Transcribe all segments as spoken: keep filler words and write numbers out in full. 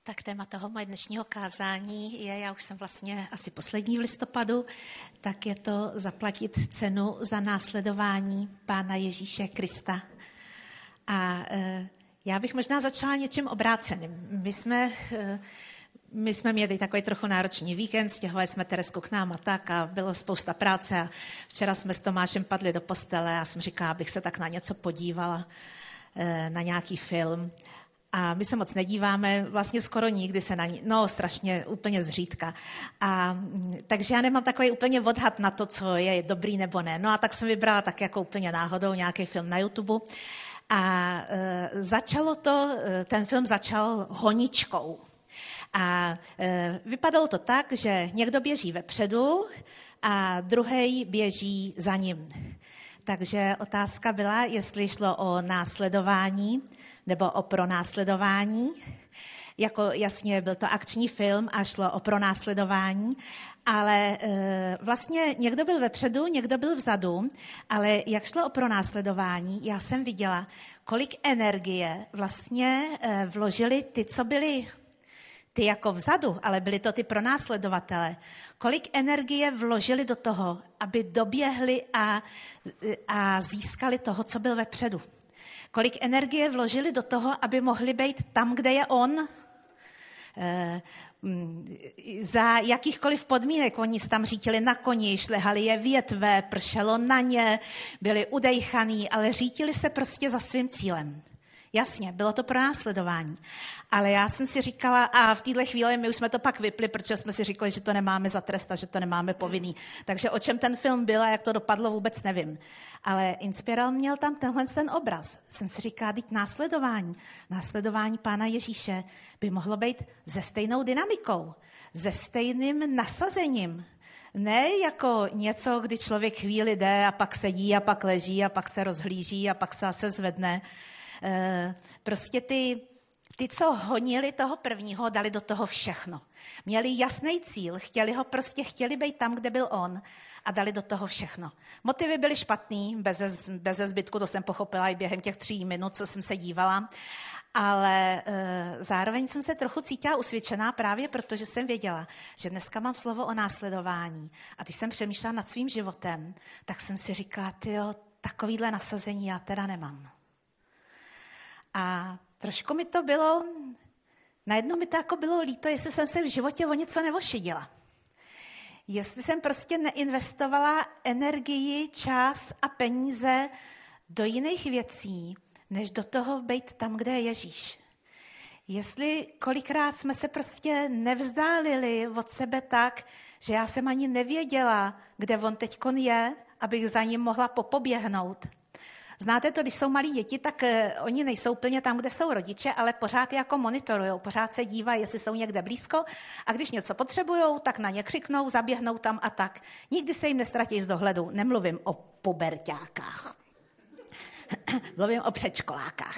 Tak téma toho moje dnešního kázání je, já už jsem vlastně asi poslední v listopadu, tak je to zaplatit cenu za následování Pána Ježíše Krista. A e, já bych možná začala něčím obráceným. My jsme, e, my jsme měli takový trochu náročný víkend, stěhovali jsme Teresku k nám a tak a bylo spousta práce a včera jsme s Tomášem padli do postele a jsem říkala, abych se tak na něco podívala, e, na nějaký film. A my se moc nedíváme, vlastně skoro nikdy se na ní, no strašně, úplně zřídka. A takže já nemám takový úplně odhad na to, co je dobrý nebo ne. No a tak jsem vybrala tak jako úplně náhodou nějaký film na YouTube. A e, začalo to, ten film začal honičkou. A e, vypadalo to tak, že někdo běží vepředu a druhej běží za ním. Takže otázka byla, jestli šlo o následování nebo o pronásledování. Jako jasně byl to akční film a šlo o pronásledování, ale e, vlastně někdo byl vepředu, někdo byl vzadu, ale jak šlo o pronásledování, já jsem viděla, kolik energie vlastně e, vložili ty, co byli ty jako vzadu, ale byli to ty pronásledovatele. Kolik energie vložili do toho, aby doběhli a, a získali toho, co byl vepředu. Kolik energie vložili do toho, aby mohli být tam, kde je on. E, za jakýchkoliv podmínek. Oni se tam řítili na koni, šlehali je větve, pršelo na ně, byli udejchaný, ale řítili se prostě za svým cílem. Jasně, bylo to pro následování. Ale já jsem si říkala, a v této chvíli my už jsme to pak vypli, protože jsme si říkali, že to nemáme za trest a že to nemáme povinný. Takže o čem ten film byl a jak to dopadlo, vůbec nevím. Ale inspiroval měl tam tenhle ten obraz. Jsem si říkala, teď následování. Následování Pána Ježíše by mohlo být se stejnou dynamikou, se stejným nasazením. Ne jako něco, kdy člověk chvíli jde a pak sedí a pak leží a pak se rozhlíží a pak se zase zvedne. Prostě ty, ty, co honili toho prvního, dali do toho všechno. Měli jasný cíl, chtěli ho prostě, chtěli být tam, kde byl on a dali do toho všechno. Motivy byly špatný, bez, bez zbytku, to jsem pochopila i během těch tří minut, co jsem se dívala, ale e, zároveň jsem se trochu cítila usvědčená právě protože jsem věděla, že dneska mám slovo o následování. A když jsem přemýšlela nad svým životem, tak jsem si říkala, tyjo, takovýhle nasazení já teda nemám. A trošku mi to bylo, najednou mi to jako bylo líto, jestli jsem se v životě o něco neošidila. Jestli jsem prostě neinvestovala energii, čas a peníze do jiných věcí, než do toho být tam, kde je Ježíš. Jestli kolikrát jsme se prostě nevzdálili od sebe tak, že já jsem ani nevěděla, kde on teďkon je, abych za ním mohla popoběhnout. Znáte to, když jsou malí děti, tak uh, oni nejsou úplně tam, kde jsou rodiče, ale pořád je jako monitorujou, pořád se dívají, jestli jsou někde blízko a když něco potřebujou, tak na ně křiknou, zaběhnou tam a tak. Nikdy se jim nestratí z dohledu. Nemluvím o puberťákách. Mluvím o předškolákách.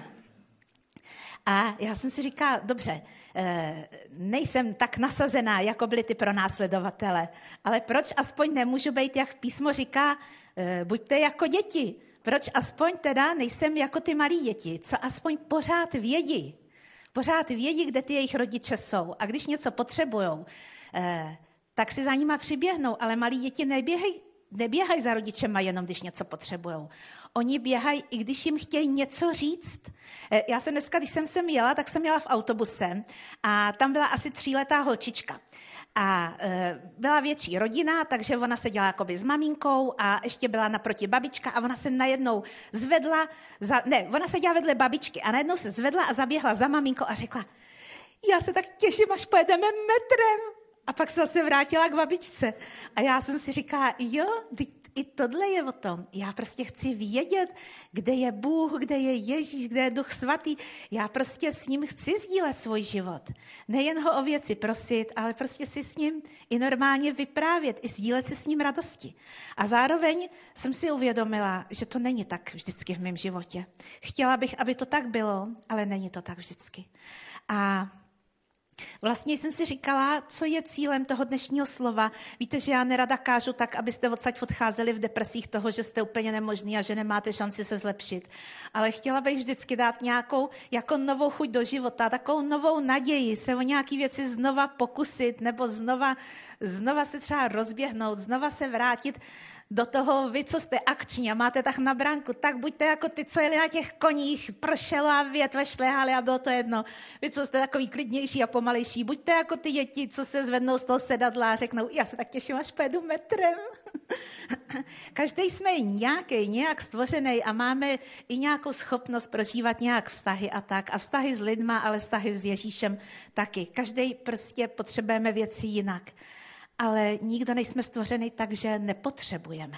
A já jsem si říkala, dobře, nejsem tak nasazená, jako byli ty pronásledovatele, ale proč aspoň nemůžu být, jak písmo říká, buďte jako děti. Proč aspoň teda nejsem jako ty malí děti, co aspoň pořád vědí. Pořád vědí, kde ty jejich rodiče jsou. A když něco potřebujou, tak si za nima přiběhnou, ale malí děti neběhají, neběhají za rodičema jenom, když něco potřebujou. Oni běhají, i když jim chtějí něco říct. Já jsem dneska, když jsem sem jela, tak jsem jela v autobuse a tam byla asi tříletá holčička. A e, byla větší rodina, takže ona seděla jakoby s maminkou a ještě byla naproti babička a ona se najednou zvedla, za, ne, ona seděla vedle babičky a najednou se zvedla a zaběhla za maminkou a řekla, já se tak těším, až pojedeme metrem. A pak se zase vrátila k babičce. A já jsem si říkala, jo, i tohle je o tom. Já prostě chci vědět, kde je Bůh, kde je Ježíš, kde je Duch Svatý. Já prostě s ním chci sdílet svůj život. Nejen ho o věci prosit, ale prostě si s ním i normálně vyprávět, i sdílet si s ním radosti. A zároveň jsem si uvědomila, že to není tak vždycky v mém životě. Chtěla bych, aby to tak bylo, ale není to tak vždycky. A Vlastně jsem si říkala, co je cílem toho dnešního slova. Víte, že já nerada kážu tak, abyste odsaď odcházeli v depresích toho, že jste úplně nemožný a že nemáte šanci se zlepšit. Ale chtěla bych vždycky dát nějakou jako novou chuť do života, takovou novou naději se o nějaké věci znova pokusit nebo znova, znova se třeba rozběhnout, znova se vrátit do toho, vy, co jste akční a máte tak na branku, tak buďte jako ty, co jeli na těch koních, pršelo a větve šlehali a bylo to jedno. Vy, co jste takový klidnější a pomalejší, buďte jako ty děti, co se zvednou z toho sedadla a řeknou, já se tak těším, až pojedu metrem. Každý jsme nějaký, nějak stvořený a máme i nějakou schopnost prožívat nějak vztahy a tak. A vztahy s lidma, ale vztahy s Ježíšem taky. Každý prostě potřebujeme věci jinak. Ale nikdo nejsme stvořený tak, že nepotřebujeme.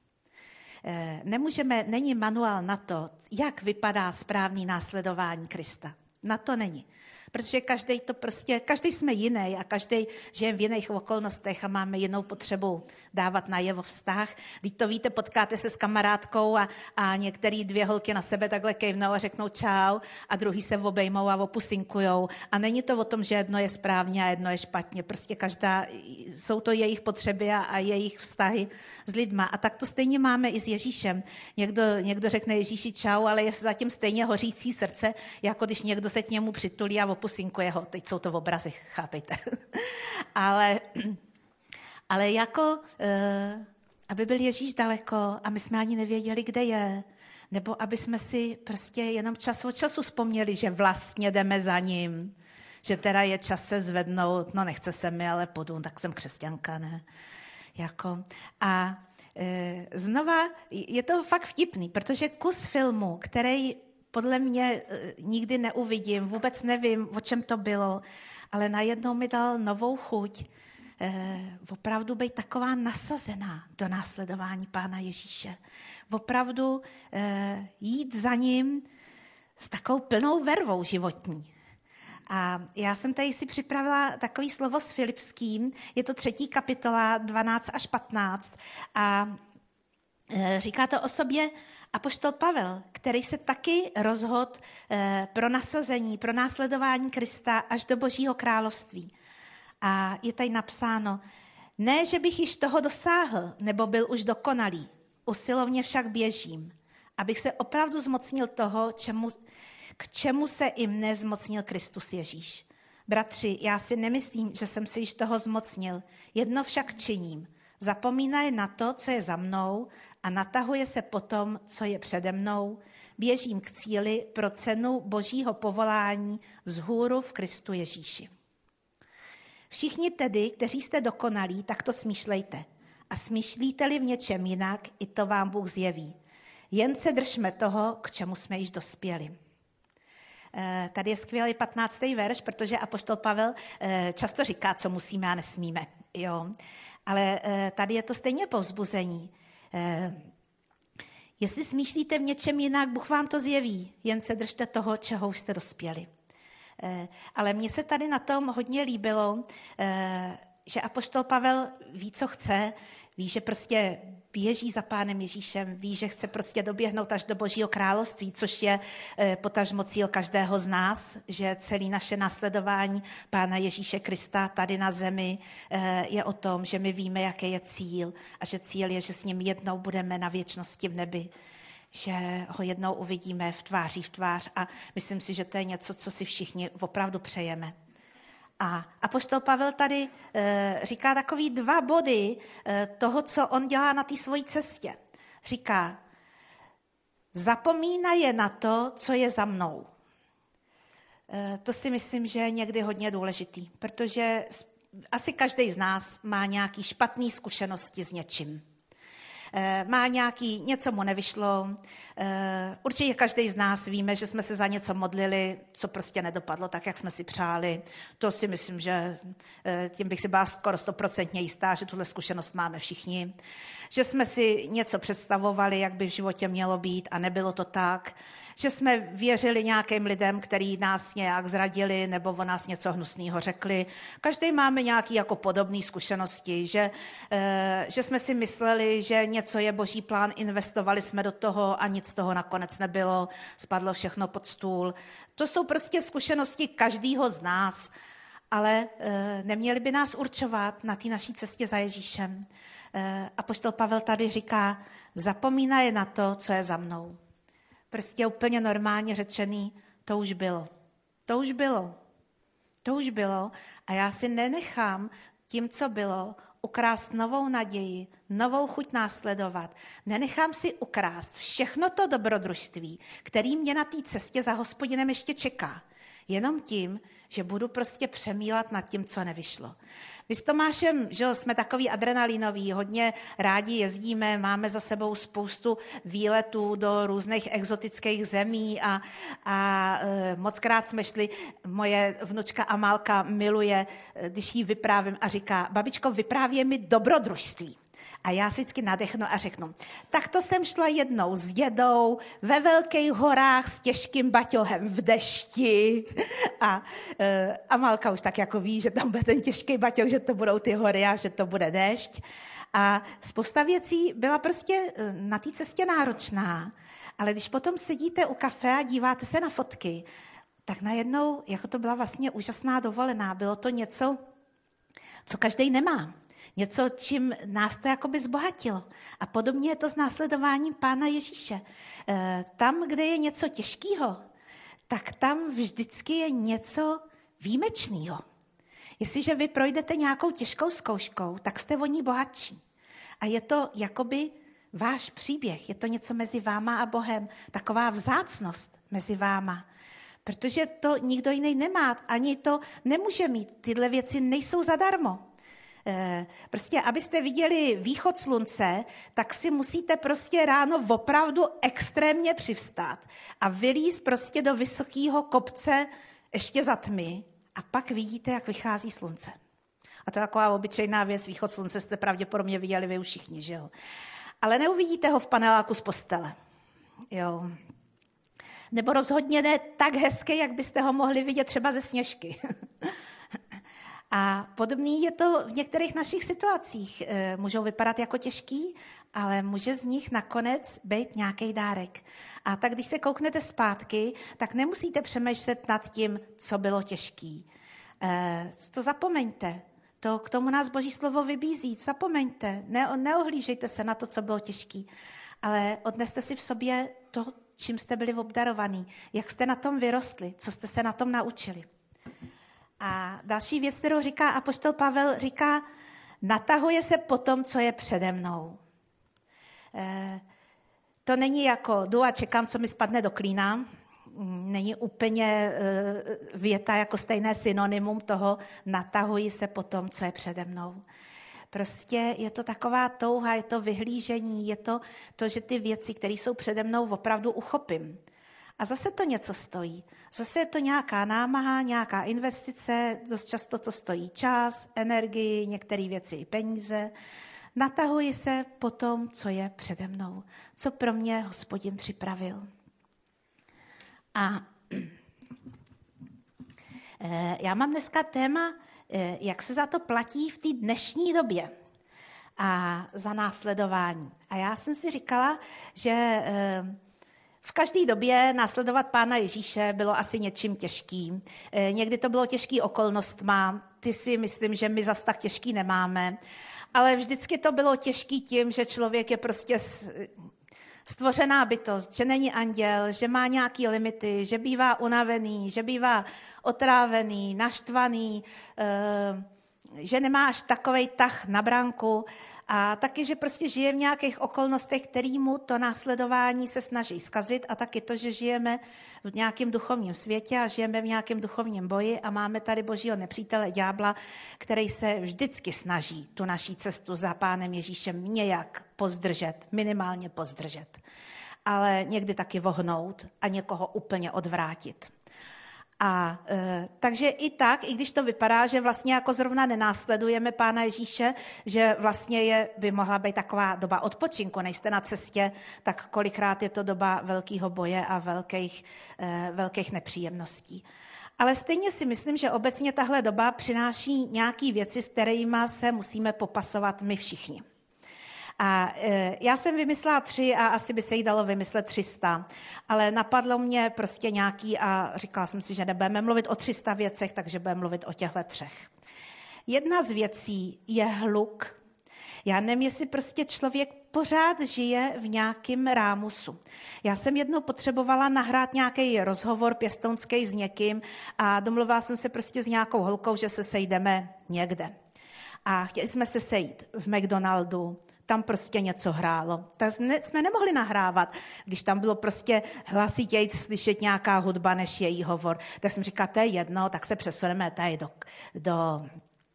Nemůžeme, není manuál na to, jak vypadá správný následování Krista. Na to není. Protože každý to prostě, každý jsme jiný a každý žije v jiných okolnostech a máme jinou potřebu dávat najevo vztah. Když to víte, potkáte se s kamarádkou a, a některé dvě holky na sebe takhle kejvnou a řeknou čau a druhý se obejmou a opusinkujou. A není to o tom, že jedno je správně a jedno je špatně. Prostě každá, jsou to jejich potřeby a, a jejich vztahy s lidma. A tak to stejně máme i s Ježíšem. Někdo, někdo řekne Ježíši čau, ale je zatím stejně hořící srdce, jako když někdo se k němu přitulí a opusinkuje ho. Teď jsou to obrazy, chápejte. ale, ale jako, uh, aby byl Ježíš daleko a my jsme ani nevěděli, kde je, nebo aby jsme si prostě jenom čas od času vzpomněli, že vlastně jdeme za ním, že teda je čas se zvednout, no nechce se mi, ale půjdu, tak jsem křesťanka, ne? Jako, a e, znova je to fakt vtipný, protože kus filmu, který podle mě e, nikdy neuvidím, vůbec nevím, o čem to bylo, ale najednou mi dal novou chuť e, opravdu být taková nasazená do následování Pána Ježíše. Opravdu e, jít za ním s takovou plnou vervou životní. A já jsem tady si připravila takový slovo s Filipským, je to třetí kapitola, dvanáct až patnáct a říká to o sobě apoštol Pavel, který se taky rozhodl pro nasazení, pro následování Krista až do Božího království. A je tady napsáno, ne, že bych již toho dosáhl, nebo byl už dokonalý, usilovně však běžím, abych se opravdu zmocnil toho, čemu k čemu se i mne zmocnil Kristus Ježíš. Bratři, já si nemyslím, že jsem si již toho zmocnil. Jedno však činím. Zapomínaje na to, co je za mnou a natahuje se po tom, co je přede mnou. Běžím k cíli pro cenu Božího povolání vzhůru v Kristu Ježíši. Všichni tedy, kteří jste dokonalí, tak to smýšlejte. A smýšlíte-li v něčem jinak, i to vám Bůh zjeví. Jen se držme toho, k čemu jsme již dospěli. Tady je skvělý patnáctý verš, protože apoštol Pavel často říká, co musíme a nesmíme. Jo. Ale tady je to stejně povzbuzení. Jestli smýšlíte v něčem jinak, Bůh vám to zjeví, jen se držte toho, čeho už jste dospěli. Ale mně se tady na tom hodně líbilo, že apoštol Pavel ví, co chce, ví, že prostě běží za Pánem Ježíšem, ví, že chce prostě doběhnout až do Božího království, což je potažmo cíl každého z nás, že celé naše následování Pána Ježíše Krista tady na zemi je o tom, že my víme, jaký je cíl a že cíl je, že s ním jednou budeme na věčnosti v nebi, že ho jednou uvidíme v tváří v tvář a myslím si, že to je něco, co si všichni opravdu přejeme. A apoštol Pavel tady e, říká takový dva body e, toho, co on dělá na té svojí cestě. Říká, zapomínaje na to, co je za mnou. E, to si myslím, že je někdy hodně důležitý, protože asi každý z nás má nějaké špatné zkušenosti s něčím. Má nějaký, něco mu nevyšlo. Určitě každý z nás víme, že jsme se za něco modlili, co prostě nedopadlo tak, jak jsme si přáli. To si myslím, že tím bych si byla skoro stoprocentně jistá, že tuhle zkušenost máme všichni. Že jsme si něco představovali, jak by v životě mělo být a nebylo to tak. Že jsme věřili nějakým lidem, který nás nějak zradili nebo o nás něco hnusného řekli. Každý máme nějaké jako podobné zkušenosti, že, že jsme si mysleli, že něco je Boží plán, investovali jsme do toho a nic z toho nakonec nebylo, spadlo všechno pod stůl. To jsou prostě zkušenosti každého z nás. ale e, neměli by nás určovat na té naší cestě za Ježíšem. E, apoštol Pavel tady říká, zapomínaj na to, co je za mnou. Prostě úplně normálně řečený, to už bylo. To už bylo. To už bylo a já si nenechám tím, co bylo, ukrást novou naději, novou chuť následovat. Nenechám si ukrást všechno to dobrodružství, který mě na té cestě za Hospodinem ještě čeká. Jenom tím, že budu prostě přemýlat nad tím, co nevyšlo. My s Tomášem, že jsme takový adrenalinový, hodně rádi jezdíme, máme za sebou spoustu výletů do různých exotických zemí a, a e, mockrát jsme šli, moje vnučka Amálka miluje, když jí vyprávím a říká, babičko, vyprávěj mi dobrodružství. A já si vždycky nadechnu a řeknu, tak to jsem šla jednou s dědou ve velkých horách s těžkým baťohem v dešti. A e, Amalka už tak jako ví, že tam bude ten těžký baťoh, že to budou ty hory a že to bude déšť. A spousta věcí byla prostě na té cestě náročná. Ale když potom sedíte u kafe a díváte se na fotky, tak najednou, jako to byla vlastně úžasná dovolená, bylo to něco, co každý nemá. Něco, čím nás to jakoby zbohatilo. A podobně je to s následováním Pána Ježíše. Tam, kde je něco těžkého, tak tam vždycky je něco výjimečného. Jestliže vy projdete nějakou těžkou zkouškou, tak jste o ní bohatší. A je to jakoby váš příběh. Je to něco mezi váma a Bohem. Taková vzácnost mezi váma. Protože to nikdo jiný nemá. Ani to nemůže mít. Tyhle věci nejsou zadarmo. Prostě, abyste viděli východ slunce, tak si musíte prostě ráno opravdu extrémně přivstát a vylízt prostě do vysokého kopce ještě za tmy a pak vidíte, jak vychází slunce. A to je taková obyčejná věc, východ slunce jste pravděpodobně viděli vy už všichni, že jo. Ale neuvidíte ho v paneláku z postele, jo. Nebo rozhodně ne tak hezké, jak byste ho mohli vidět třeba ze Sněžky. A podobný je to v některých našich situacích. Můžou vypadat jako těžký, ale může z nich nakonec být nějaký dárek. A tak když se kouknete zpátky, tak nemusíte přemýšlet nad tím, co bylo těžký. To zapomeňte. To k tomu nás Boží slovo vybízí. Zapomeňte. Ne, neohlížejte se na to, co bylo těžký. Ale odneste si v sobě to, čím jste byli obdarovaní. Jak jste na tom vyrostli. Co jste se na tom naučili. A další věc, kterou říká apoštol Pavel, říká, natahuje se po tom, co je přede mnou. E, to není jako jdu a čekám, co mi spadne do klína. Není úplně e, věta jako stejné synonymum toho, natahuji se po tom, co je přede mnou. Prostě je to taková touha, je to vyhlížení, je to to, že ty věci, které jsou přede mnou, opravdu uchopím. A zase to něco stojí. Zase je to nějaká námaha, nějaká investice, dost často to stojí čas, energii, některé věci i peníze. Natahuji se po tom, co je přede mnou, co pro mě Hospodin připravil. A já mám dneska téma, jak se za to platí v té dnešní době a za následování. A já jsem si říkala, že v každé době následovat Pána Ježíše bylo asi něčím těžkým. Někdy to bylo těžký okolnostma, ty si myslím, že my zas tak těžký nemáme, ale vždycky to bylo těžký tím, že člověk je prostě stvořená bytost, že není anděl, že má nějaké limity, že bývá unavený, že bývá otrávený, naštvaný, že nemá až takovej tah na branku a taky, že prostě žije v nějakých okolnostech, který mu to následování se snaží zkazit a taky to, že žijeme v nějakém duchovním světě a žijeme v nějakém duchovním boji a máme tady božího nepřítele ďábla, který se vždycky snaží tu naší cestu za Pánem Ježíšem nějak pozdržet, minimálně pozdržet, ale někdy taky vohnout a někoho úplně odvrátit. A e, takže i tak, i když to vypadá, že vlastně jako zrovna nenásledujeme Pána Ježíše, že vlastně je, by mohla být taková doba odpočinku, nejste na cestě, tak kolikrát je to doba velkého boje a velkých, e, velkých nepříjemností. Ale stejně si myslím, že obecně tahle doba přináší nějaké věci, s kterými se musíme popasovat my všichni. A e, já jsem vymyslela tři a asi by se jí dalo vymyslet tři sta, ale napadlo mě prostě nějaký a říkala jsem si, že nebudeme mluvit o tři sta věcech, takže budeme mluvit o těchto třech. Jedna z věcí je hluk. Já nevím, jestli prostě člověk pořád žije v nějakém rámusu. Já jsem jednou potřebovala nahrát nějaký rozhovor pěstounský s někým a domluvila jsem se prostě s nějakou holkou, že se sejdeme někde. A chtěli jsme se sejít v McDonaldu, tam prostě něco hrálo. Tak jsme nemohli nahrávat, když tam bylo prostě hlasitěji slyšet nějaká hudba než její hovor. Tak jsem říkala, to je jedno, tak se přesuneme tady do, do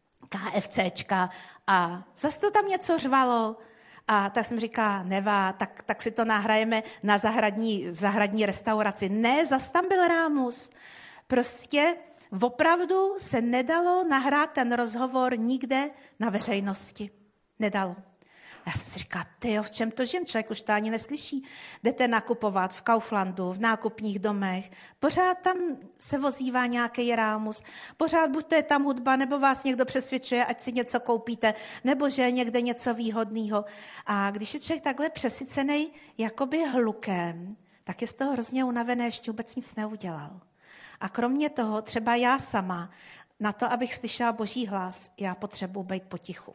KFCčka a zase to tam něco řvalo. A tak jsem říkala, nevá, tak, tak si to nahrajeme na zahradní, v zahradní restauraci. Ne, zas tam byl rámus. Prostě opravdu se nedalo nahrát ten rozhovor nikde na veřejnosti. Nedalo. A já jsem si říkala, tyjo, v čem to žijem? Člověk už to ani neslyší. Jdete nakupovat v Kauflandu, v nákupních domech. Pořád tam se vozívá nějaký rámus. Pořád buď to je tam hudba, nebo vás někdo přesvědčuje, ať si něco koupíte, nebo že je někde něco výhodného. A když je člověk takhle přesycený jakoby hlukem, tak je z toho hrozně unavené, ještě vůbec nic neudělal. A kromě toho, třeba já sama, na to, abych slyšela Boží hlas, já potřebuji být potichu.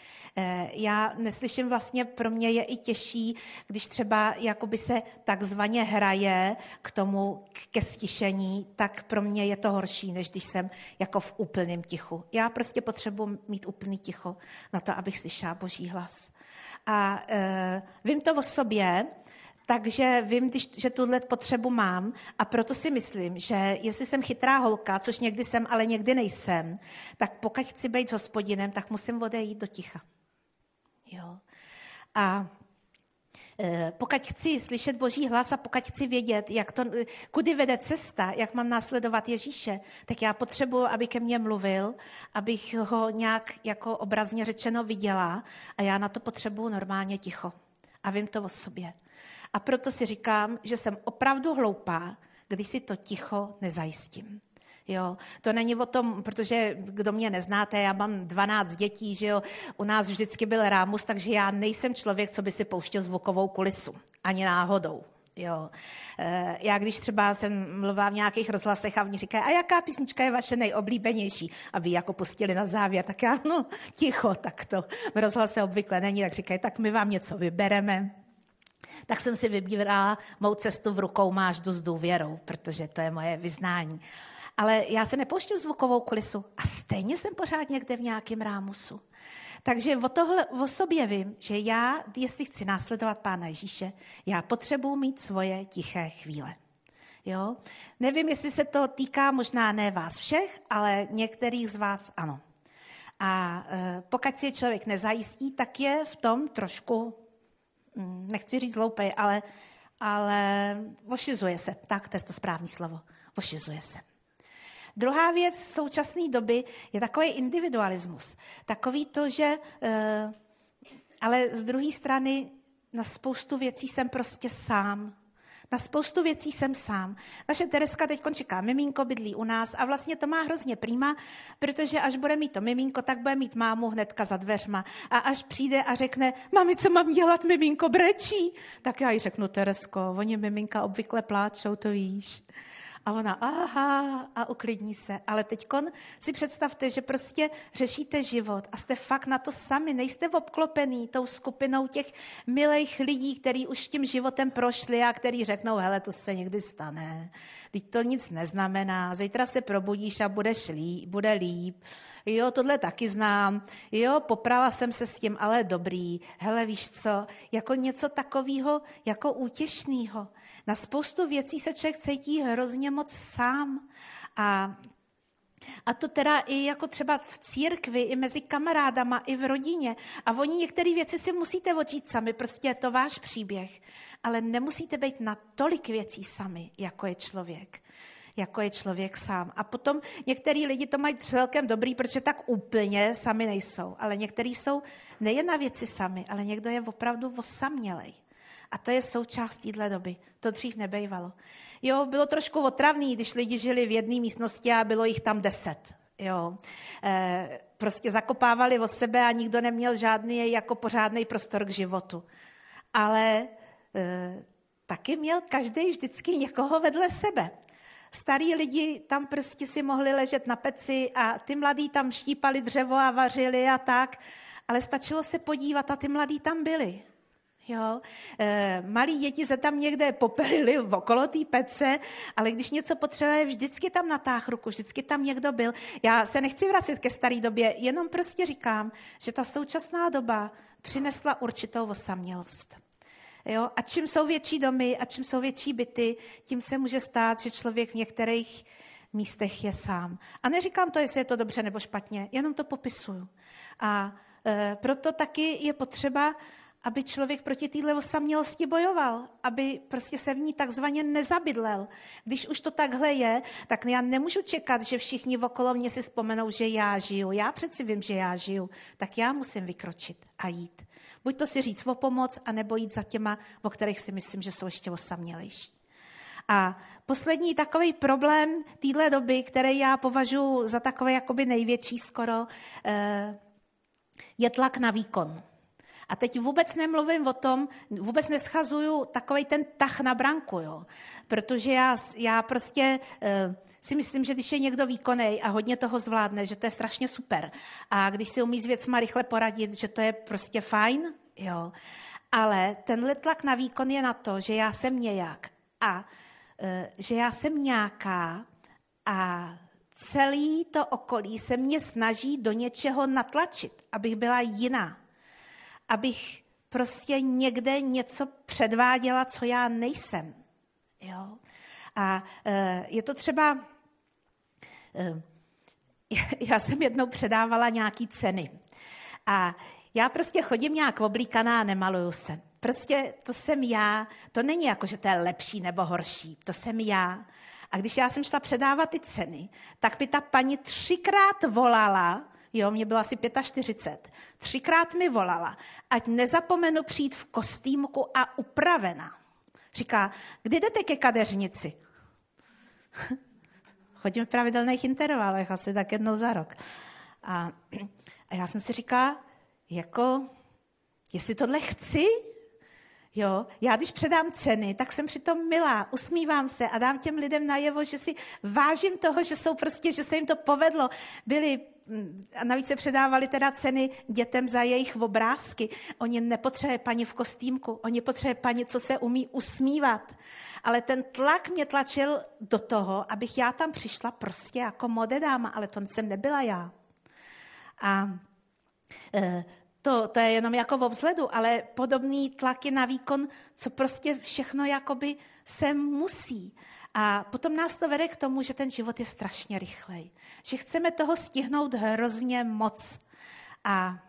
Já neslyším vlastně, pro mě je i těžší, když třeba jakoby se takzvaně hraje k tomu, ke stišení, tak pro mě je to horší, než když jsem jako v úplném tichu. Já prostě potřebuji mít úplný ticho na to, abych slyšela Boží hlas. A e, vím to o sobě, takže vím, že tuhle potřebu mám a proto si myslím, že jestli jsem chytrá holka, což někdy jsem, ale někdy nejsem, tak pokud chci být s Hospodinem, tak musím odejít do ticha. Jo. A e, pokud chci slyšet Boží hlas a pokud chci vědět, jak to, kudy vede cesta, jak mám následovat Ježíše, tak já potřebuji, aby ke mně mluvil, abych ho nějak jako obrazně řečeno viděla a já na to potřebuji normálně ticho. A vím to o sobě. A proto si říkám, že jsem opravdu hloupá, když si to ticho nezajistím. Jo, to není o tom, protože kdo mě neznáte, já mám dvanáct dětí, že jo, u nás vždycky byl rámus, takže já nejsem člověk, co by si pouštěl zvukovou kulisu, ani náhodou. Jo. Já když třeba jsem mluvila v nějakých rozhlasech a oni říkají, a jaká písnička je vaše nejoblíbenější? Aby jako pustili na závěr, tak já, no, ticho, tak to v rozhlase obvykle není, tak říkají, tak my vám něco vybereme. Tak jsem si vybírala mou cestu v rukou máš, jdu s důvěrou, protože to je moje vyznání. Ale já se nepouštím zvukovou kulisu a stejně jsem pořád někde v nějakém rámusu. Takže o, tohle, o sobě vím, že já, jestli chci následovat Pána Ježíše, já potřebuji mít svoje tiché chvíle. Jo? Nevím, jestli se to týká možná ne vás všech, ale některých z vás ano. A e, pokud si člověk nezajistí, tak je v tom trošku, nechci říct hloupej, ale, ale ošizuje se. Tak, to je to správné slovo. Ošizuje se. Druhá věc z současné doby je takový individualismus. Takový to, že, e, ale z druhé strany na spoustu věcí jsem prostě sám. Na spoustu věcí jsem sám. Naše Tereska teď čeká miminko, bydlí u nás a vlastně to má hrozně prýma, protože až bude mít to miminko, tak bude mít mámu hnedka za dveřma. A až přijde a řekne, mami, co mám dělat, miminko brečí, tak já jí řeknu, Teresko, oni miminka obvykle pláčou, to víš. A ona, aha, a uklidní se. Ale teďkon si představte, že prostě řešíte život a jste fakt na to sami. Nejste obklopený tou skupinou těch milých lidí, kteří už tím životem prošli a kteří řeknou, hele, to se někdy stane. Teď to nic neznamená. Zítra se probudíš a budeš líp, bude líp. Jo, tohle taky znám. Jo, poprala jsem se s tím, ale dobrý. Hele, víš co, jako něco takového, jako útěšného. Na spoustu věcí se člověk cítí hrozně moc sám. A, a to teda i jako třeba v církvi, i mezi kamarádama, i v rodině. A oni některé věci si musíte odžít sami, prostě je to váš příběh. Ale nemusíte být na tolik věcí sami, jako je člověk. Jako je člověk sám. A potom některý lidi to mají celkem dobrý, protože tak úplně sami nejsou. Ale některý jsou nejen na věci sami, ale někdo je opravdu osamělej. A to je součást téhle doby. To dřív nebejvalo. Jo, bylo trošku otravný, když lidi žili v jedné místnosti a bylo jich tam deset. Jo. E, prostě zakopávali o sebe a nikdo neměl žádný jako pořádný prostor k životu. Ale e, taky měl každý vždycky někoho vedle sebe. Starí lidi tam prostě si mohli ležet na peci a ty mladí tam štípali dřevo a vařili a tak, ale stačilo se podívat a ty mladí tam byli. Jo? E, malí děti se tam někde popelili okolo té pece, ale když něco potřebuje, vždycky tam natáhl ruku, vždycky tam někdo byl. Já se nechci vracet ke staré době, jenom prostě říkám, že ta současná doba přinesla určitou osamělost. Jo? A čím jsou větší domy a čím jsou větší byty, tím se může stát, že člověk v některých místech je sám. A neříkám to, jestli je to dobře nebo špatně, jenom to popisuju. A e, proto taky je potřeba, aby člověk proti téhle osamělosti bojoval, aby prostě se v ní takzvaně nezabydlel. Když už to takhle je, tak já nemůžu čekat, že všichni okolo mě si vzpomenou, že já žiju. Já přeci vím, že já žiju, tak já musím vykročit a jít. Buď to si říct o pomoc, anebo jít za těma, o kterých si myslím, že jsou ještě osamělejší. A poslední takový problém téhle doby, který já považuji za takový jakoby největší skoro, je tlak na výkon. A teď vůbec nemluvím o tom, vůbec neschazuju takovej ten tah na branku, jo. Protože já, já prostě uh, si myslím, že když je někdo výkonnej a hodně toho zvládne, že to je strašně super. A když si umí s věcma rychle poradit, že to je prostě fajn, jo. Ale tenhle tlak na výkon je na to, že já jsem nějak a uh, že já jsem nějaká a celý to okolí se mě snaží do něčeho natlačit, abych byla jiná. Abych prostě někde něco předváděla, co já nejsem. Jo? A e, je to třeba... E, já jsem jednou předávala nějaký ceny. A já prostě chodím nějak oblíkaná a nemaluju se. Prostě to jsem já. To není jako, že to je lepší nebo horší. To jsem já. A když já jsem šla předávat ty ceny, tak mi ta paní třikrát volala, jo, mě bylo asi čtyřicet pět. Třikrát mi volala, ať nezapomenu přijít v kostýmku a upravena. Říká, kdy jdete ke kadeřnici? Chodím v pravidelných intervalech, asi tak jednou za rok. A, a já jsem si říkala, jako, jestli tohle chci, jo, já když předám ceny, tak jsem přitom milá, usmívám se a dám těm lidem najevo, že si vážím toho, že jsou prostě, že se jim to povedlo. Byli a navíc se předávali teda ceny dětem za jejich obrázky. Oni nepotřebuje paní v kostýmku, oni potřebuje paní, co se umí usmívat. Ale ten tlak mě tlačil do toho, abych já tam přišla prostě jako modedáma, ale to jsem nebyla já. A e, to, to je jenom jako o vzhledu, ale podobný tlaky na výkon, co prostě všechno jakoby se musí. A potom nás to vede k tomu, že ten život je strašně rychlej. Že chceme toho stihnout hrozně moc. A,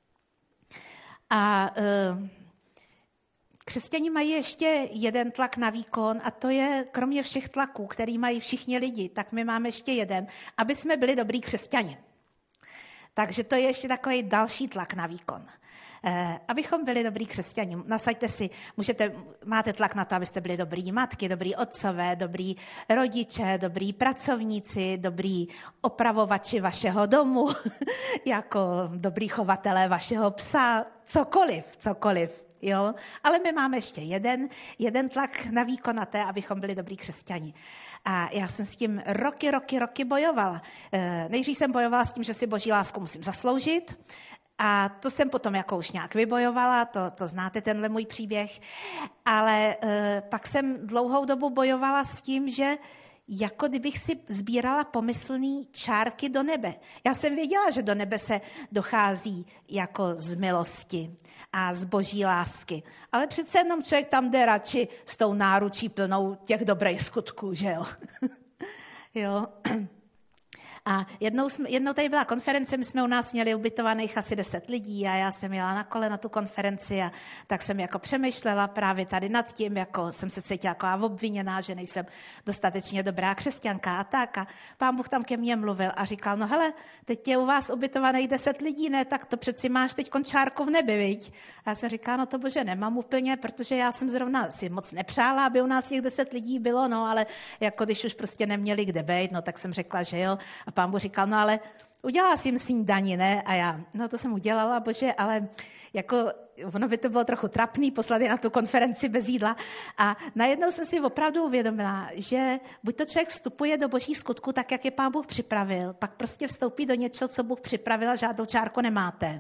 a e, křesťané mají ještě jeden tlak na výkon a to je, kromě všech tlaků, který mají všichni lidi, tak my máme ještě jeden, aby jsme byli dobrý křesťani. Takže to je ještě takový další tlak na výkon. Eh, abychom byli dobrý křesťani. Nasaďte si, můžete, máte tlak na to, abyste byli dobrý matky, dobrý otcové, dobrý rodiče, dobrý pracovníci, dobrý opravovači vašeho domu, jako dobrý chovatelé vašeho psa, cokoliv, cokoliv. Jo? Ale my máme ještě jeden, jeden tlak na výkon na té, abychom byli dobrý křesťani. A já jsem s tím roky, roky, roky bojovala. Eh, nejdřív jsem bojovala s tím, že si boží lásku musím zasloužit, a to jsem potom jako už nějak vybojovala, to, to znáte tenhle můj příběh, ale e, pak jsem dlouhou dobu bojovala s tím, že jako kdybych si sbírala pomyslný čárky do nebe. Já jsem věděla, že do nebe se dochází jako z milosti a z boží lásky, ale přece jenom člověk tam jde radši s tou náručí plnou těch dobrých skutků, že jo? Jo. A jednou, jsme, jednou tady byla konference, my jsme u nás měli ubytovaných asi deset lidí a já jsem jela na kole na tu konferenci a tak jsem jako přemýšlela právě tady nad tím, jako jsem se cítila jako obviněná, že nejsem dostatečně dobrá křesťanka a tak. A pán Bůh tam ke mně mluvil a říkal, no hele, teď je u vás ubytovaných deset lidí, ne, tak to přeci máš teď čárku v nebi, viď? A já jsem říkala, no to bože, nemám úplně, protože já jsem zrovna si moc nepřála, aby u nás těch deset lidí bylo, no ale jako když už prostě neměli kde bejt, no tak jsem řekla, že jo. A pán Bůh říkal, no ale udělala jsi jim snídani, ne? A já, no to jsem udělala, bože, ale jako ono by to bylo trochu trapný poslat je na tu konferenci bez jídla. A najednou jsem si opravdu uvědomila, že buď to člověk vstupuje do božích skutků tak, jak je Pán Bůh připravil, pak prostě vstoupí do něčeho, co Bůh připravil a žádnou čárku nemáte.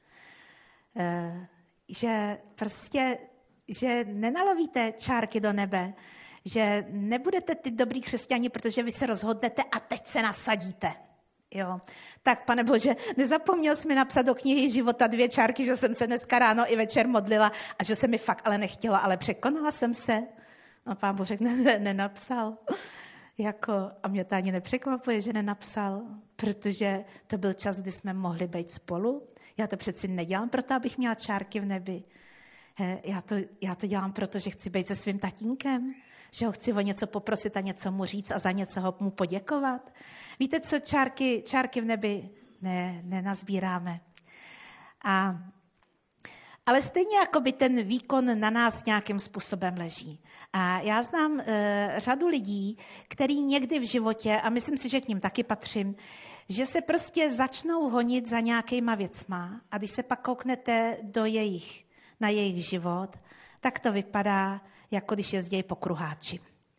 E, že prostě, že nenalovíte čárky do nebe, že nebudete ty dobrý křesťani, protože vy se rozhodnete a teď se nasadíte. Jo. Tak, Pane Bože, nezapomněl jsi mi napsat do knihy života dvě čárky, že jsem se dneska ráno i večer modlila a že se mi fakt ale nechtěla, ale překonala jsem se. No, Pán Bůh řekl, ne, nenapsal. Jako, a mě to ani nepřekvapuje, že nenapsal, protože to byl čas, kdy jsme mohli být spolu. Já to přeci nedělám proto, abych měla čárky v nebi. He, já, to, já to dělám proto, že chci být se svým tatínkem, že ho chci o něco poprosit a něco mu říct a za něco ho mu poděkovat. Víte, co čárky, čárky v nebi ne, nenazbíráme. A, ale stejně jako by ten výkon na nás nějakým způsobem leží. A já znám e, řadu lidí, který někdy v životě, a myslím si, že k ním taky patřím, že se prostě začnou honit za nějakýma věcma a když se pak kouknete do jejich, na jejich život, tak to vypadá, jako když jezdí po kruháči.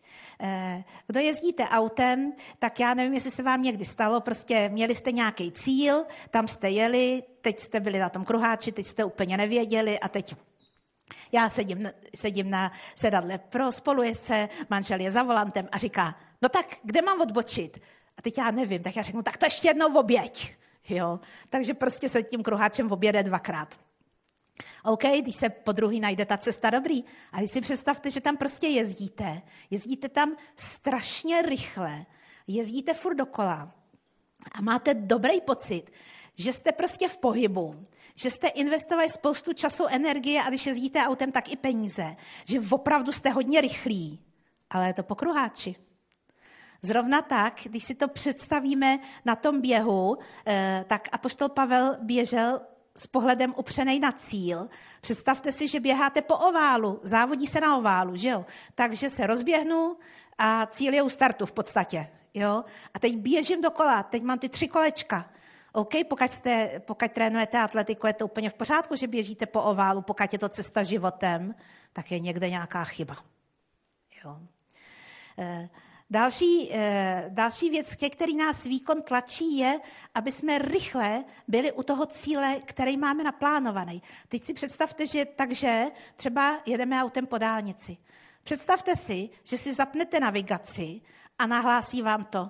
Kdo jezdíte autem, tak já nevím, jestli se vám někdy stalo, prostě měli jste nějaký cíl, tam jste jeli, teď jste byli na tom kruháči, teď jste úplně nevěděli a teď já sedím, sedím na sedadle pro spolujezdce, manžel je za volantem a říká, no tak, kde mám odbočit? A teď já nevím, tak já řeknu, tak to ještě jednou objeď. Jo? Takže prostě se tím kruháčem objede dvakrát. OK, když se po druhý najde ta cesta, dobrý. A když si představte, že tam prostě jezdíte, jezdíte tam strašně rychle, jezdíte furt dokola a máte dobrý pocit, že jste prostě v pohybu, že jste investovali spoustu času, energie a když jezdíte autem, tak i peníze, že opravdu jste hodně rychlí, ale je to po kruháči. Zrovna tak, když si to představíme na tom běhu, tak apoštol Pavel běžel s pohledem upřenej na cíl. Představte si, že běháte po oválu, závodí se na oválu, že jo? Takže se rozběhnu a cíl je u startu v podstatě, jo? A teď běžím dokola, teď mám ty tři kolečka. OK, pokud, jste, pokud trénujete atletiku, je to úplně v pořádku, že běžíte po oválu, pokud je to cesta životem, tak je někde nějaká chyba. Jo? E- Další, další věc, ke který nás výkon tlačí, je, aby jsme rychle byli u toho cíle, který máme naplánovaný. Teď si představte, že takže třeba jedeme autem po dálnici. Představte si, že si zapnete navigaci a nahlásí vám to.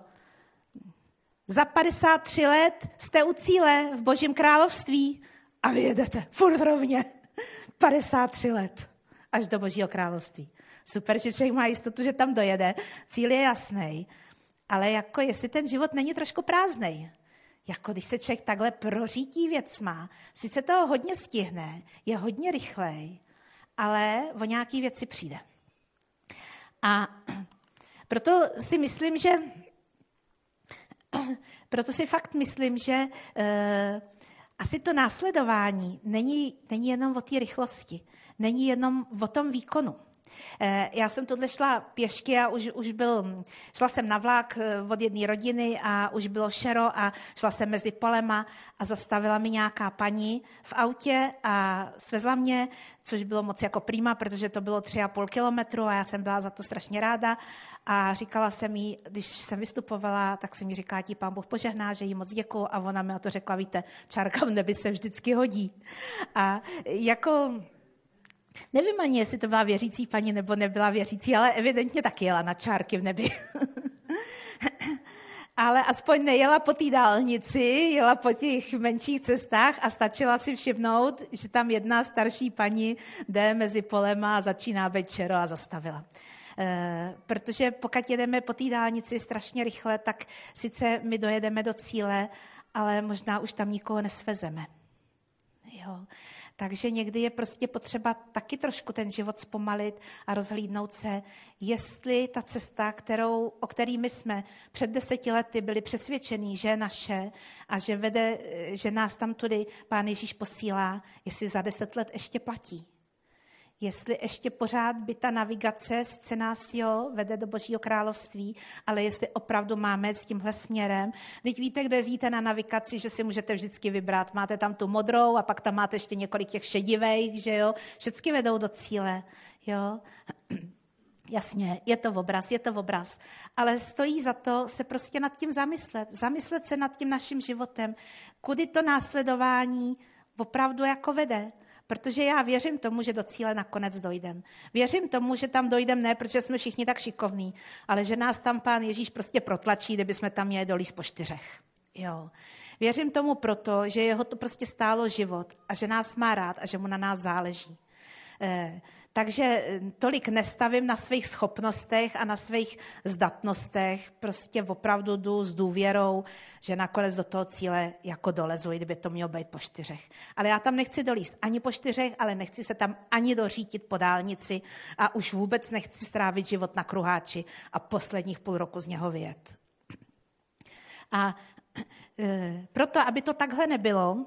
Za padesát tři let jste u cíle v Božím království a vy jedete furt rovně. padesát tři let až do Božího království. Super, že člověk má jistotu, že tam dojede. Cíl je jasný. Ale jako jestli ten život není trošku prázdnej. Jako když se člověk takhle prořítí věcma, sice toho hodně stihne, je hodně rychlej, ale o nějaký věci přijde. A proto si myslím, že proto si fakt myslím, že uh, asi to následování není, není jenom o té rychlosti, není jenom o tom výkonu. Já jsem tuhle šla pěšky a už, už byl, šla jsem na vlak od jedné rodiny a už bylo šero a šla jsem mezi polema a zastavila mi nějaká paní v autě a svezla mě, což bylo moc jako prima, protože to bylo tři a půl kilometru a já jsem byla za to strašně ráda a říkala jsem jí, když jsem vystupovala, tak jsem jí říká, ti Pán Bůh požehná, že jí moc děkuju a ona mi na to řekla, víte, čárka v nebi se vždycky hodí. A jako... Nevím ani, jestli to byla věřící paní nebo nebyla věřící, ale evidentně taky jela na čárky v nebi. Ale aspoň nejela po té dálnici, jela po těch menších cestách a stačila si všimnout, že tam jedna starší paní jde mezi polema a začíná být šero a zastavila. E, protože pokud jedeme po té dálnici strašně rychle, tak sice my dojedeme do cíle, ale možná už tam nikoho nesvezeme. Jo. Takže někdy je prostě potřeba taky trošku ten život zpomalit a rozhlídnout se, jestli ta cesta, kterou, o který my jsme před deseti lety byli přesvědčení, že je naše a že, vede, že nás tam tudy Pán Ježíš posílá, jestli za deset let ještě platí. Jestli ještě pořád by ta navigace, sice nás jo, vede do Božího království, ale jestli opravdu máme s tímhle směrem. Teď víte, kde jezdíte na navigaci, že si můžete vždycky vybrat. Máte tam tu modrou a pak tam máte ještě několik těch šedivých, že jo. Vždycky vedou do cíle, jo. Jasně, je to obraz, je to obraz. Ale stojí za to se prostě nad tím zamyslet. Zamyslet se nad tím naším životem. Kudy to následování opravdu jako vede. Protože já věřím tomu, že do cíle nakonec dojdem. Věřím tomu, že tam dojdem ne, protože jsme všichni tak šikovní, ale že nás tam Pán Ježíš prostě protlačí, kdyby jsme tam měli dolíz po čtyřech. Jo. Věřím tomu proto, že jeho to prostě stálo život a že nás má rád a že mu na nás záleží. Eh, takže tolik nestavím na svých schopnostech a na svých zdatnostech, prostě opravdu jdu s důvěrou, že nakonec do toho cíle jako dolezu, i kdyby to mělo být po čtyřech. Ale já tam nechci dolízt ani po čtyřech, ale nechci se tam ani dořítit po dálnici a už vůbec nechci strávit život na kruháči a posledních půl roku z něho vyjet. A e, proto, aby to takhle nebylo,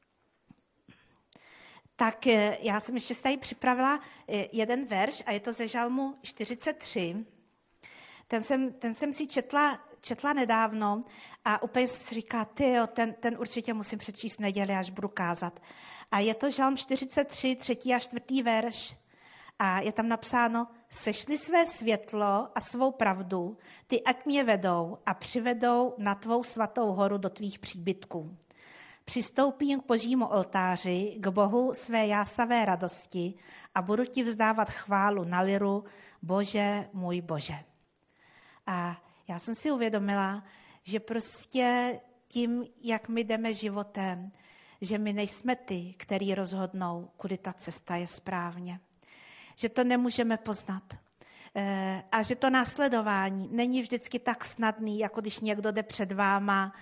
tak já jsem ještě tady připravila jeden verš a je to ze Žalmu čtyřicet tři. Ten jsem, ten jsem si četla, četla nedávno a úplně si říká, tyjo, ten, ten určitě musím přečíst v neděli, až budu kázat. A je to Žalm čtyřicet tři, třetí a čtvrtý verš. A je tam napsáno, sešli své světlo a svou pravdu, ty ať mě vedou a přivedou na tvou svatou horu do tvých příbytků. Přistoupím k Božímu oltáři, k Bohu své jásavé radosti a budu ti vzdávat chválu na liru, Bože, můj Bože. A já jsem si uvědomila, že prostě tím, jak my jdeme životem, že my nejsme ty, který rozhodnou, kudy ta cesta je správně. Že to nemůžeme poznat. A že to následování není vždycky tak snadný, jako když někdo jde před váma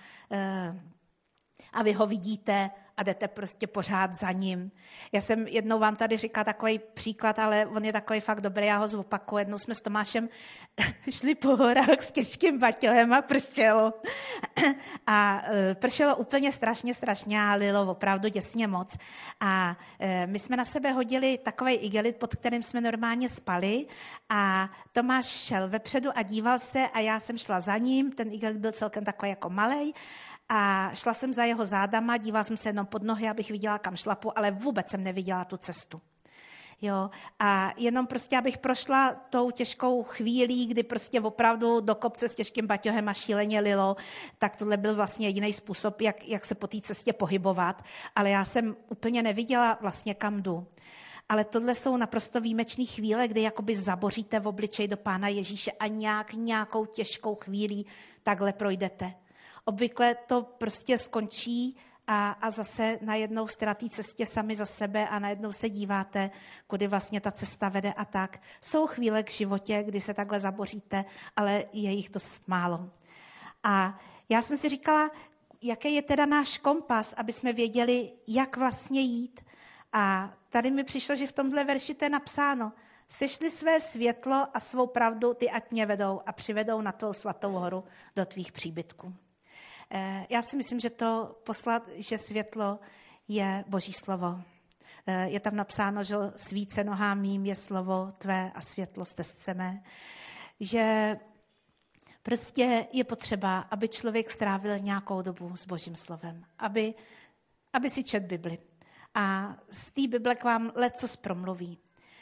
a vy ho vidíte a jdete prostě pořád za ním. Já jsem jednou vám tady říkala takový příklad, ale on je takový fakt dobrý, já ho zopakuju. Jednou jsme s Tomášem šli po horách s těžkým baťohem a pršelo. A pršelo úplně strašně, strašně a lilo opravdu děsně moc. A my jsme na sebe hodili takovej igelit, pod kterým jsme normálně spali a Tomáš šel vepředu a díval se a já jsem šla za ním, ten igelit byl celkem takový jako malej. A šla jsem za jeho zádama, dívala jsem se jenom pod nohy, abych viděla, kam šlapu, ale vůbec jsem neviděla tu cestu. Jo, a jenom prostě, abych prošla tou těžkou chvílí, kdy prostě opravdu do kopce s těžkým baťohem a šíleně lilo, tak tohle byl vlastně jediný způsob, jak, jak se po té cestě pohybovat, ale já jsem úplně neviděla vlastně, kam jdu. Ale tohle jsou naprosto výjimečné chvíle, kdy jakoby zaboříte v obličej do Pána Ježíše a nějak, nějakou těžkou chvílí takhle projdete. Obvykle to prostě skončí a, a zase najednou jste na té cestě sami za sebe a najednou se díváte, kudy vlastně ta cesta vede a tak. Jsou chvíle k životě, kdy se takhle zaboříte, ale je jich dost málo. A já jsem si říkala, jaký je teda náš kompas, aby jsme věděli, jak vlastně jít. A tady mi přišlo, že v tomhle verši to je napsáno. Sešli své světlo a svou pravdu, ty ať mě vedou a přivedou na tvou svatou horu do tvých příbytků. Já si myslím, že to poslat, že světlo je Boží slovo. Je tam napsáno, že svíce nohám mým je slovo tvé a světlo stezce mé. Že prostě je potřeba, aby člověk strávil nějakou dobu s Božím slovem. Aby, aby si čet Bibli. A z té Bible k vám lecos promluví.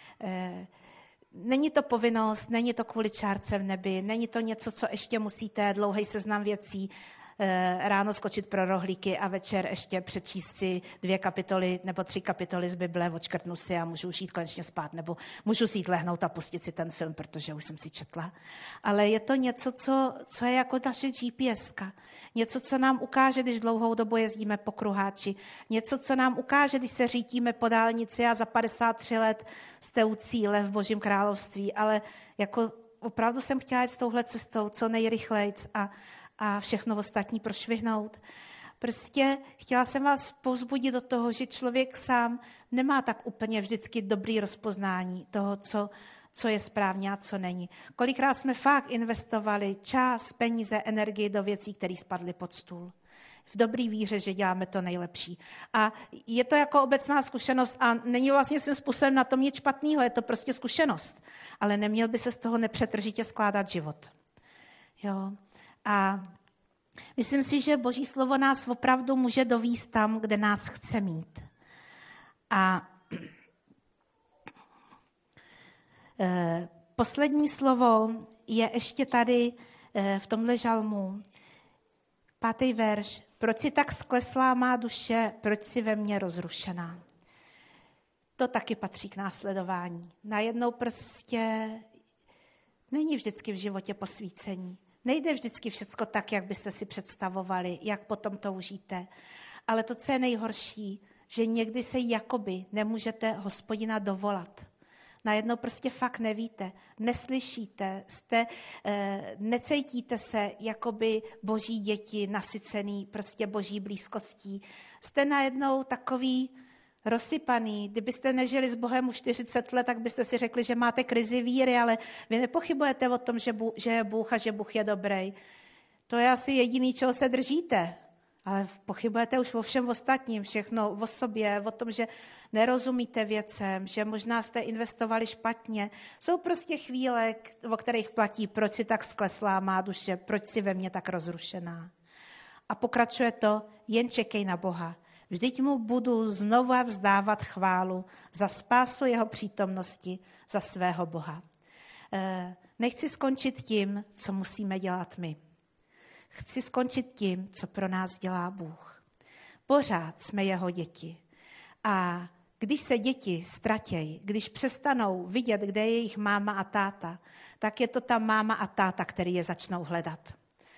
Není to povinnost, není to kvůli čárce v nebi, není to něco, co ještě musíte, dlouhý seznam věcí, ráno skočit pro rohlíky a večer ještě přečíst si dvě kapitoly nebo tři kapitoly z Bible, odškrtnu si a můžu už jít konečně spát, nebo můžu si jít lehnout a pustit si ten film, protože už jsem si četla. Ale je to něco, co, co je jako naše G P S ka. Něco, co nám ukáže, když dlouhou dobu jezdíme po kruháči. Něco, co nám ukáže, když se řítíme po dálnici a za padesát tři let jste u cíle v Božím království. Ale jako opravdu jsem chtěla jít s touhle cestou co nejrychlejc a a všechno ostatní prošvihnout. Prostě chtěla jsem vás povzbudit do toho, že člověk sám nemá tak úplně vždycky dobrý rozpoznání toho, co, co je správně a co není. Kolikrát jsme fakt investovali čas, peníze, energii do věcí, které spadly pod stůl. V dobrý víře, že děláme to nejlepší. A je to jako obecná zkušenost a není vlastně svým způsobem na tom nic špatného, je to prostě zkušenost. Ale neměl by se z toho nepřetržitě skládat život. Jo. A myslím si, že Boží slovo nás opravdu může dovést tam, kde nás chce mít. A e, poslední slovo je ještě tady e, v tomhle žalmu. Pátý verš. Proč si tak skleslá má duše, proč si ve mně rozrušená? To taky patří k následování. Najednou prostě není vždycky v životě posvícení. Nejde vždycky všecko tak, jak byste si představovali, jak potom toužíte. Ale to, co je nejhorší, že někdy se jakoby nemůžete Hospodina dovolat. Najednou prostě fakt nevíte, neslyšíte, jste, e, necítíte se jakoby boží děti, nasycený prostě boží blízkostí. Jste najednou takový rozsypaný. Kdybyste nežili s Bohem už čtyřicet let, tak byste si řekli, že máte krizi víry, ale vy nepochybujete o tom, že, Bůh, že je Bůh a že Bůh je dobrý. To je asi jediný, čeho se držíte. Ale pochybujete už o všem ostatním, všechno o sobě, o tom, že nerozumíte věcem, že možná jste investovali špatně. Jsou prostě chvíle, o kterých platí, proč si tak skleslá má duše, proč si ve mně tak rozrušená. A pokračuje to, jen čekej na Boha. Vždyť mu budu znova vzdávat chválu za spásu jeho přítomnosti, za svého Boha. Nechci skončit tím, co musíme dělat my. Chci skončit tím, co pro nás dělá Bůh. Pořád jsme jeho děti. A když se děti ztratějí, když přestanou vidět, kde je jejich máma a táta, tak je to ta máma a táta, který je začnou hledat.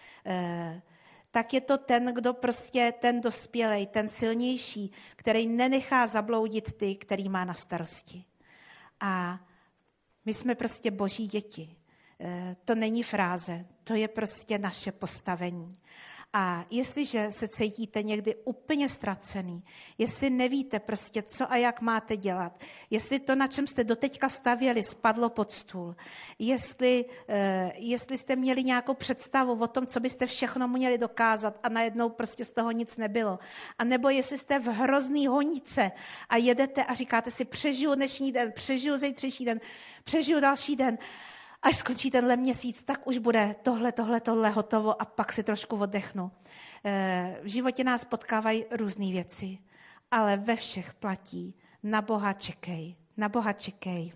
E, tak je to ten, kdo prostě, ten dospělej, ten silnější, který nenechá zabloudit ty, který má na starosti. A my jsme prostě boží děti. To není fráze, to je prostě naše postavení. A jestliže se cítíte někdy úplně ztracený, jestli nevíte prostě, co a jak máte dělat, jestli to, na čem jste doteďka stavěli, spadlo pod stůl, jestli, jestli jste měli nějakou představu o tom, co byste všechno měli dokázat a najednou prostě z toho nic nebylo, a nebo jestli jste v hrozný honice a jedete a říkáte si, přežiju dnešní den, přežiju zítřejší den, přežiju další den, až skončí tenhle měsíc, tak už bude tohle, tohle, tohle hotovo a pak si trošku oddechnu. V životě nás potkávají různé věci, ale ve všech platí, na Boha čekej, na Boha čekej.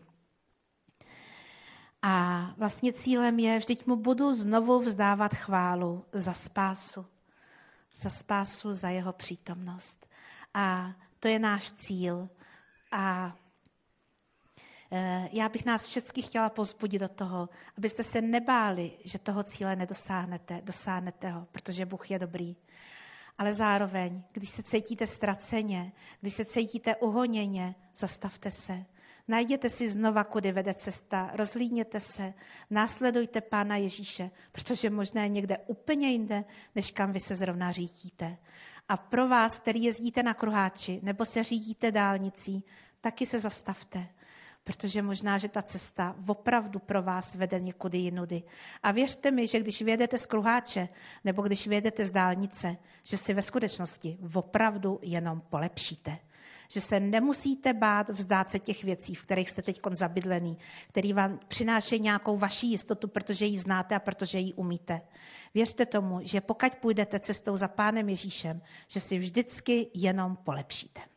A vlastně cílem je, vždyť mu budu znovu vzdávat chválu za spásu. Za spásu, za jeho přítomnost. A to je náš cíl. A já bych nás všechny chtěla povzbudit do toho, abyste se nebáli, že toho cíle nedosáhnete, dosáhnete ho, protože Bůh je dobrý. Ale zároveň, když se cítíte ztraceně, když se cítíte uhoněně, zastavte se. Najděte si znova, kudy vede cesta, rozhlídněte se, následujte Pána Ježíše, protože možná je někde úplně jinde, než kam vy se zrovna řídíte. A pro vás, který jezdíte na kruháči nebo se řídíte dálnicí, taky se zastavte. Protože možná, že ta cesta opravdu pro vás vede někudy jinudy. A věřte mi, že když vyjedete z kruháče nebo když vyjedete z dálnice, že si ve skutečnosti opravdu jenom polepšíte. Že se nemusíte bát vzdát se těch věcí, v kterých jste teď zabydlený, který vám přináší nějakou vaši jistotu, protože ji znáte a protože ji umíte. Věřte tomu, že pokud půjdete cestou za Pánem Ježíšem, že si vždycky jenom polepšíte.